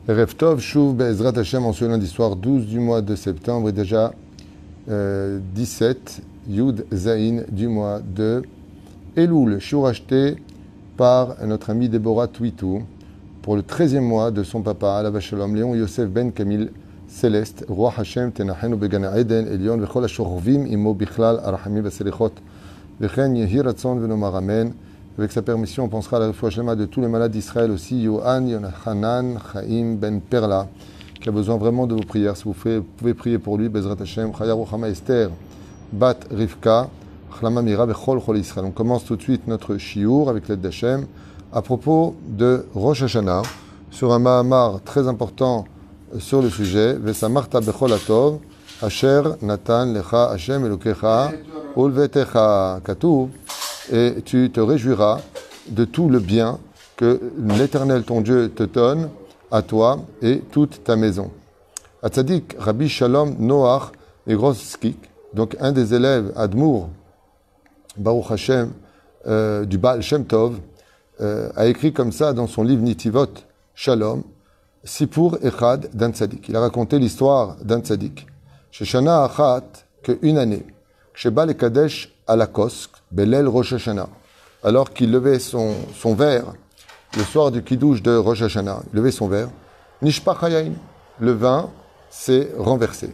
Erev Tov, Shuv, Be'ezrat Hashem, en ce lundi soir 12 du mois de septembre et déjà 17, Yud Zain du mois de Elul, shiur acheté par notre ami Déborah Twitou pour le 13e mois de son papa, Alav Shalom, Léon Yosef Ben Camille Céleste, Roi Hashem, Tenachenu Begana Eden, Elion, Vechol Ashorvim, Imo Bichlal, Arachami Vaselichot, Vechen Yehi Ratzon Venomar Amen. Avec sa permission, on pensera à la réfoua shlema de tous les malades d'Israël aussi, Yohan, Yonachanan, Chaim, Ben Perla, qui a besoin vraiment de vos prières. Si vous pouvez prier pour lui, Bezrat Hashem, Chaya Ruchama Esther, Bat Rivka, Chlama Mira, Bechol Chol Israël. On commence tout de suite notre shiur avec l'aide d'Hashem à propos de Rosh Hashanah, sur un Mahamar très important sur le sujet, Vesamarta Bechol Atov, Asher Natan Lecha Hashem Elokecha, Ulvetecha Katuv. Et tu te réjouiras de tout le bien que l'Éternel, ton Dieu, te donne à toi et toute ta maison. Atzadik Rabbi Shalom Noach Egroskik, donc un des élèves Admour, Baruch Hashem, du Baal Shem Tov, a écrit comme ça dans son livre Nitivot Shalom, Sipur Echad d'un Tzadik. Il a raconté l'histoire d'un Tzadik. Sheshana Achat, qu'une année, Sheba le Kadesh à la Kosk, Belel Rosh Hashanah, alors qu'il levait son verre, le soir du Kiddush de Rosh Hashanah, il levait son verre, Nishpach Hayayin, le vin s'est renversé.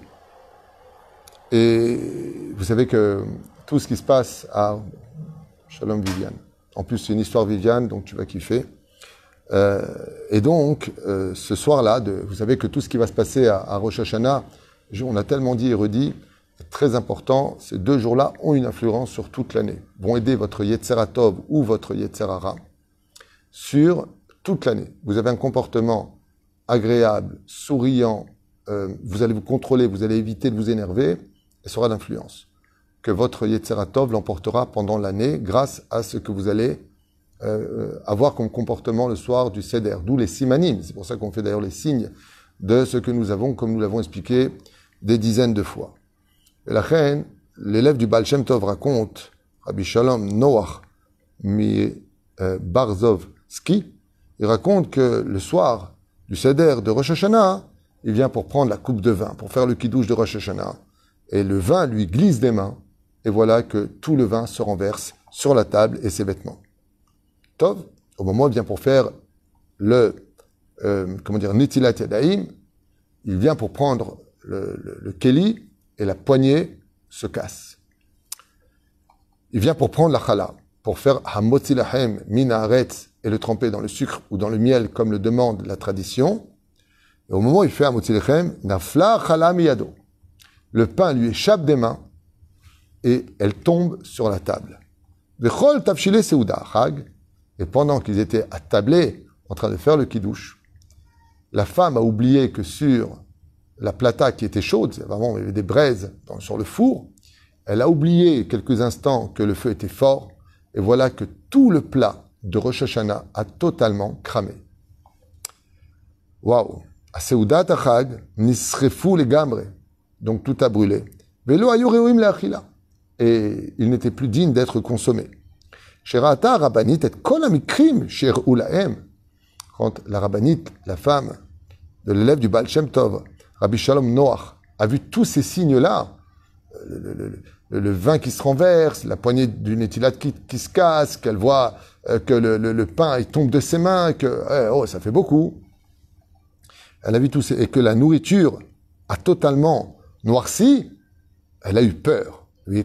Et vous savez que tout ce qui se passe à Shalom Viviane, en plus c'est une histoire Viviane, donc tu vas kiffer. Et donc, ce soir-là, vous savez que tout ce qui va se passer à Rosh Hashanah, on a tellement dit et redit, très important, ces 2 jours-là ont une influence sur toute l'année, vont aider votre Yetzer Tov ou votre Yetzer Hara sur toute l'année. Vous avez un comportement agréable, souriant, vous allez vous contrôler, vous allez éviter de vous énerver, et sera d'influence. Que votre Yetzer Tov l'emportera pendant l'année grâce à ce que vous allez avoir comme comportement le soir du Seder, d'où les simanim. C'est pour ça qu'on fait d'ailleurs les signes de ce que nous avons, comme nous l'avons expliqué des dizaines de fois. Et la reine, l'élève du Baal Shem Tov raconte, Rabbi Shalom Noach mi Barzovski, il raconte que le soir du Seder de Rosh Hashanah, il vient pour prendre la coupe de vin, pour faire le kiddush de Rosh Hashanah, et le vin lui glisse des mains, et voilà que tout le vin se renverse sur la table et ses vêtements. Tov, au moment où il vient pour faire le, Netilat Yadayim, il vient pour prendre le keli, et la poignée se casse. Il vient pour prendre la chala, pour faire hamotzi lahem min haaretz et le tremper dans le sucre ou dans le miel comme le demande la tradition. Et au moment où il fait hamotzi lahem, nafla chala miyado. Le pain lui échappe des mains et elle tombe sur la table. Vechol tafshile seuda chag. Et pendant qu'ils étaient attablés en train de faire le kiddush, la femme a oublié que sur la plata qui était chaude, vraiment, il y avait des braises sur le four. Elle a oublié quelques instants que le feu était fort. Et voilà que tout le plat de Rosh Hashanah a totalement cramé. Waouh! À Seudat Achag, nisrefu les gambre. Donc tout a brûlé. Velo ayoreoim le'achila. Et il n'était plus digne d'être consommé. Sherata rabbanit et kol amikrim sher'u lahem. Quand la rabbinite, la femme de l'élève du Baal Shem Tov, Rabbi Shalom Noach a vu tous ces signes-là, le vin qui se renverse, la poignée du Netilat qui se casse, qu'elle voit que le pain il tombe de ses mains, que ça fait beaucoup. Elle a vu tout ça, et que la nourriture a totalement noirci, elle a eu peur. Elle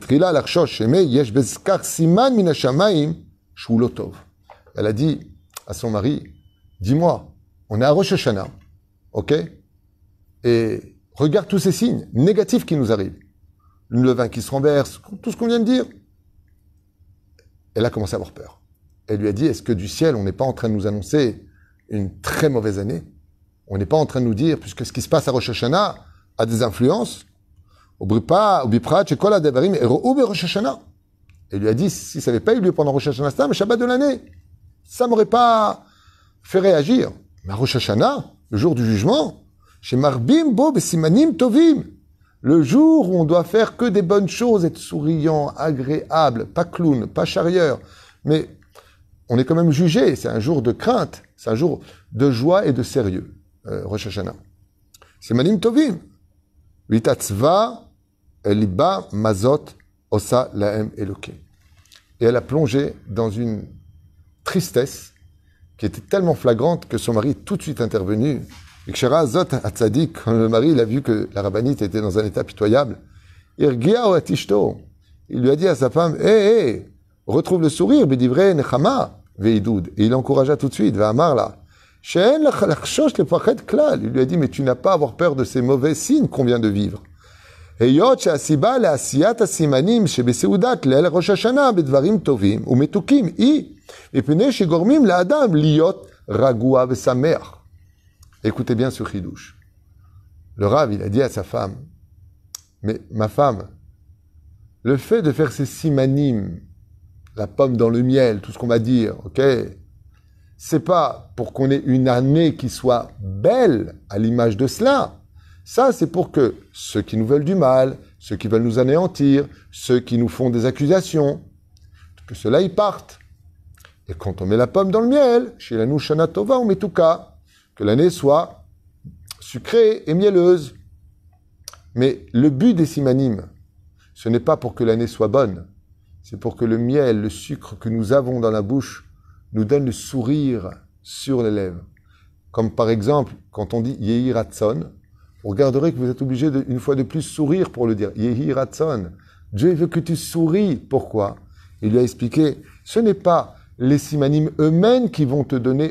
a dit à son mari, dis-moi, on est à Rosh Hashanah, ok? Et regarde tous ces signes négatifs qui nous arrivent. Le vin qui se renverse, tout ce qu'on vient de dire. Elle a commencé à avoir peur. Elle lui a dit, est-ce que du ciel, on n'est pas en train de nous annoncer une très mauvaise année? On n'est pas en train de nous dire, puisque ce qui se passe à Rosh Hashanah a des influences. Elle lui a dit, si ça n'avait pas eu lieu pendant Rosh Hashanah, c'était le Shabbat de l'année. Ça m'aurait pas fait réagir. Mais à Rosh Hashanah, le jour du jugement, chez Marbim Bo Besimanim Tovim, le jour où on doit faire que des bonnes choses, être souriant, agréable, pas clown, pas charrieur, mais on est quand même jugé, c'est un jour de crainte, c'est un jour de joie et de sérieux. Rosh Hashanah. Simanim tovim. Vitatzva eliba mazot osa laem elokim. Et elle a plongé dans une tristesse qui était tellement flagrante que son mari est tout de suite intervenu. Et que Shara Zot Hatzadik, quand le mari il a vu que la rabbinite était dans un état pitoyable, Irgia ou Atishto, il lui a dit à sa femme, hé, retrouve le sourire, Bedivrei Nechama, Veidoud. Et il l'encouragea tout de suite, Ve'amarla. She'en lachshosh lepachet klal. Il lui a dit, mais tu n'as pas à avoir peur de ces mauvais signes qu'on vient de vivre. היות שהסיבה לעשיית הסימנים שבסעודת ליל ראש השנה בדברים טובים ומתוקים היא מפני שגורמים לאדם להיות רגוע ושמח. Écoutez bien ce chidouche. Le Rav, il a dit à sa femme, mais ma femme, le fait de faire ces simanim, la pomme dans le miel, tout ce qu'on va dire, ok, c'est pas pour qu'on ait une année qui soit belle à l'image de cela. Ça, c'est pour que ceux qui nous veulent du mal, ceux qui veulent nous anéantir, ceux qui nous font des accusations, que ceux-là, ils partent. Et quand on met la pomme dans le miel, chez la Shana Tova, on met tout cas, que l'année soit sucrée et mielleuse. Mais le but des simanim, ce n'est pas pour que l'année soit bonne, c'est pour que le miel, le sucre que nous avons dans la bouche, nous donne le sourire sur les lèvres. Comme par exemple, quand on dit Yehi Ratson, vous regarderez que vous êtes obligé une fois de plus sourire pour le dire. Yehi Ratson. Dieu veut que tu souris. Pourquoi? Il lui a expliqué, ce n'est pas les simanim eux-mêmes qui vont te donner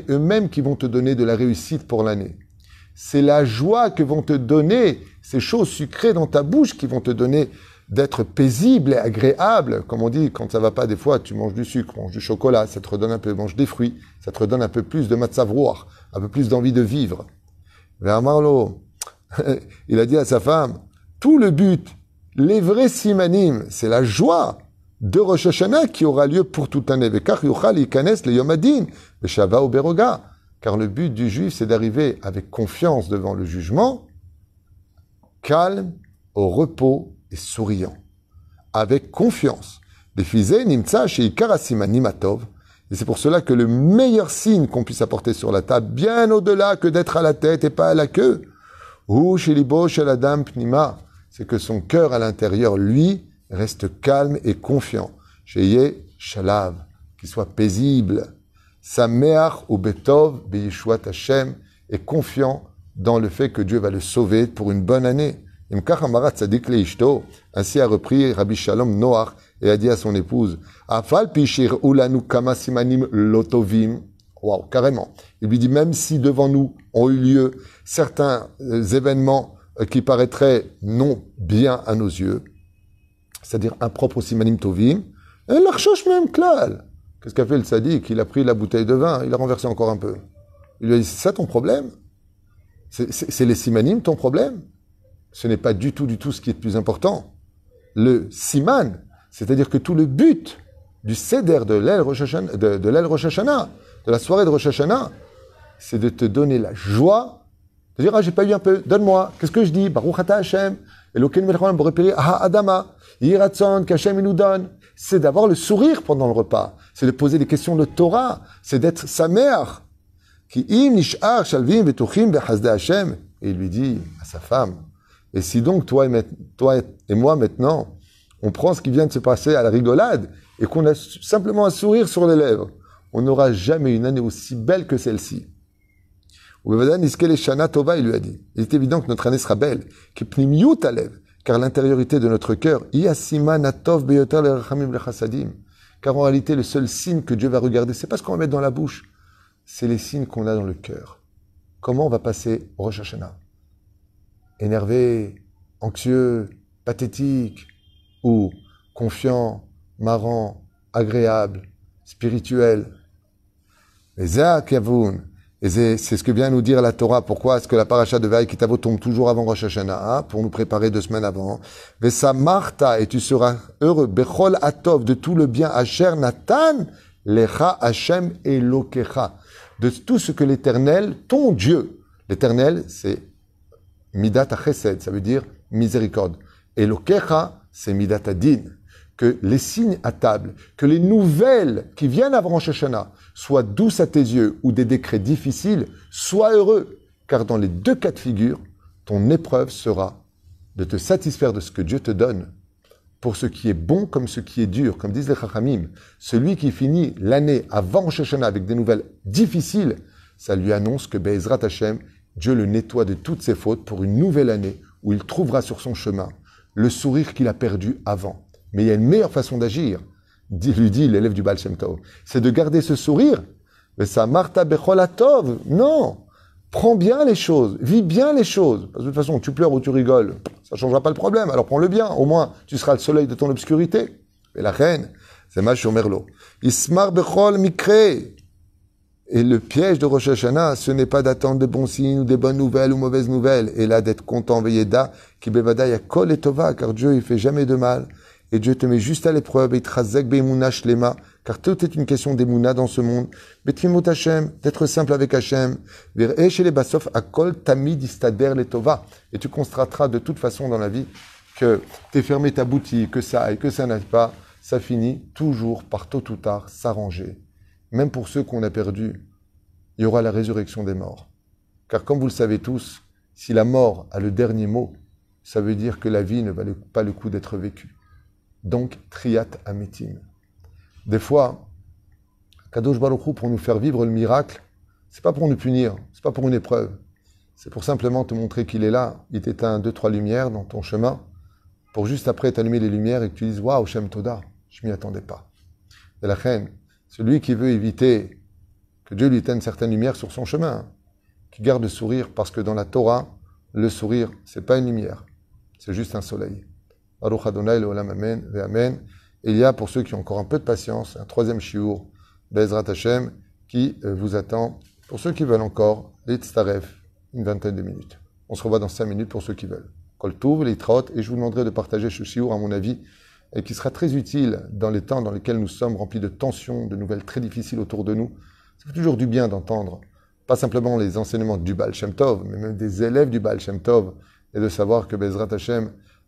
de la réussite pour l'année. C'est la joie que vont te donner ces choses sucrées dans ta bouche qui vont te donner d'être paisible et agréable. Comme on dit, quand ça va pas, des fois, tu manges du sucre, manges du chocolat, ça te redonne un peu, mange des fruits, ça te redonne un peu plus de matzavroar, un peu plus d'envie de vivre. Vers Marlo, il a dit à sa femme, tout le but, les vrais simanim, c'est la joie de Rosh Hashanah qui aura lieu pour toute l'année. Car le but du juif, c'est d'arriver avec confiance devant le jugement, calme, au repos et souriant. Avec confiance. Et c'est pour cela que le meilleur signe qu'on puisse apporter sur la table, bien au-delà que d'être à la tête et pas à la queue, c'est que son cœur à l'intérieur, lui, reste calme et confiant. Sheye shalav, qu'il soit paisible. Sameach ou betov beyeshuat Hashem, est confiant dans le fait que Dieu va le sauver pour une bonne année. Ainsi a repris Rabbi Shalom Noach et a dit à son épouse, Afal pishir ulanu kama simanim lotovim. Waouh, carrément. Il lui dit, même si devant nous ont eu lieu certains événements qui paraîtraient non bien à nos yeux, c'est-à-dire impropres au simanim tovim, et l'archoche même klal. Qu'est-ce qu'a fait le sadique? Il a pris la bouteille de vin, il a renversé encore un peu. Il lui a dit, c'est ça ton problème? C'est les simanim ton problème? Ce n'est pas du tout ce qui est le plus important. Le siman, c'est-à-dire que tout le but du seder de l'El Rosh Hashanah, de la soirée de Rosh Hashanah, c'est de te donner la joie, de dire, ah, j'ai pas eu un peu, donne-moi. Qu'est-ce que je dis? Baruch ata Hashem, Elokeinu melech haolam borei peri, Adama, Yehi Ratzon, qu'Hashem il nous donne. C'est d'avoir le sourire pendant le repas. C'est de poser des questions de Torah. C'est d'être sa mère. Ki im nish'ar shalvim vetuchim bechasdei Hashem. Et il lui dit à sa femme, et si donc toi et moi maintenant, on prend ce qui vient de se passer à la rigolade et qu'on a simplement un sourire sur les lèvres, on n'aura jamais une année aussi belle que celle-ci. Il lui a dit, il est évident que notre année sera belle, car l'intériorité de notre cœur, car en réalité, le seul signe que Dieu va regarder, c'est pas ce qu'on va mettre dans la bouche, c'est les signes qu'on a dans le cœur. Comment on va passer au Rosh Hashanah? Énervé, anxieux, pathétique, ou confiant, marrant, agréable, spirituel. Et c'est ce que vient nous dire la Torah. Pourquoi est-ce que la paracha de Ve'ay Kitavo tombe toujours avant Rosh Hashanah, pour nous préparer 2 semaines avant? Ve'samarta, et tu seras heureux, Bechol Atov, de tout le bien, Asher Natan, Lecha Hashem Elokecha, de tout ce que l'Éternel, ton Dieu, l'Éternel, c'est Midat HaChesed, ça veut dire miséricorde. Elokecha, c'est Midat Adin. Que les signes à table, que les nouvelles qui viennent avant Rosh Hashanah soient douces à tes yeux ou des décrets difficiles, sois heureux. car dans les deux cas de figure, ton épreuve sera de te satisfaire de ce que Dieu te donne, pour ce qui est bon comme ce qui est dur. Comme disent les Chachamim, celui qui finit l'année avant Rosh Hashanah avec des nouvelles difficiles, ça lui annonce que Be'ezrat Hashem, Dieu le nettoie de toutes ses fautes pour une nouvelle année où il trouvera sur son chemin le sourire qu'il a perdu avant. Mais il y a une meilleure façon d'agir, lui dit l'élève du Baal Shem Tov, c'est de garder ce sourire. Mais ça marta becholatov. Non, prends bien les choses, vis bien les choses. Parce que de toute façon, tu pleures ou tu rigoles, ça ne changera pas le problème. Alors prends-le bien, au moins tu seras le soleil de ton obscurité. Et la reine, c'est Mash Merlo. Ismar bechol mikre. Et le piège de Rosh Hashanah, ce n'est pas d'attendre de bons signes ou des bonnes nouvelles ou mauvaises nouvelles. Et là, d'être content, Veyeda, qui bevada yakol et tova, car Dieu, il fait jamais de mal. Et Dieu te met juste à l'épreuve, et trazek beimuna shlema, car tout est une question d'émouna dans ce monde. Betrimot Hashem, d'être simple avec Hashem. Vir'e chez les basof, akol tamid istader le tova. Et tu constateras de toute façon dans la vie que t'es fermé ta boutique, que ça aille, que ça n'aille pas, ça finit toujours par tôt ou tard s'arranger. Même pour ceux qu'on a perdus, il y aura la résurrection des morts. Car comme vous le savez tous, si la mort a le dernier mot, ça veut dire que la vie ne valait pas le coup d'être vécue. Donc, triat ametim. Des fois, Kadosh Baruch Hu, pour nous faire vivre le miracle, c'est pas pour nous punir, c'est pas pour une épreuve. C'est pour simplement te montrer qu'il est là. Il t'éteint 2-3 lumières dans ton chemin, pour juste après t'allumer les lumières et que tu dises « Waouh, Shem Toda, je m'y attendais pas ». Et la reine, celui qui veut éviter que Dieu lui éteigne certaines lumières sur son chemin, qui garde le sourire, parce que dans la Torah, le sourire, c'est pas une lumière, c'est juste un soleil. Baruch Adonai Leolam Amen, ve Amen. Et il y a, pour ceux qui ont encore un peu de patience, un troisième shiur, Be'ezrat Hashem, qui vous attend, pour ceux qui veulent encore, l'Itztaref, une vingtaine de minutes. On se revoit dans 5 minutes pour ceux qui veulent. Kol Tuv, l'Itraot, et je vous demanderai de partager ce shiur, à mon avis, et qui sera très utile dans les temps dans lesquels nous sommes remplis de tensions, de nouvelles très difficiles autour de nous. Ça fait toujours du bien d'entendre, pas simplement les enseignements du Baal Shem Tov, mais même des élèves du Baal Shem Tov, et de savoir que Be'ezrat Hashem,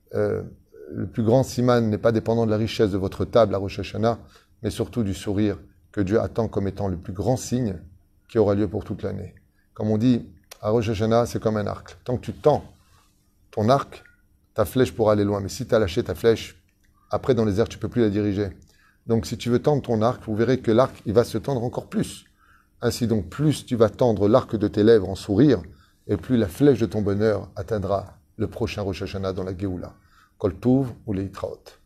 le plus grand siman n'est pas dépendant de la richesse de votre table à Rosh Hashanah, mais surtout du sourire que Dieu attend comme étant le plus grand signe qui aura lieu pour toute l'année. Comme on dit, à Rosh Hashanah, c'est comme un arc. Tant que tu tends ton arc, ta flèche pourra aller loin. Mais si tu as lâché ta flèche, après dans les airs, tu ne peux plus la diriger. Donc si tu veux tendre ton arc, vous verrez que l'arc, il va se tendre encore plus. Ainsi donc, plus tu vas tendre l'arc de tes lèvres en sourire, et plus la flèche de ton bonheur atteindra le prochain Rosh Hashanah dans la Géoula. Kol Tuv ou les Itraot.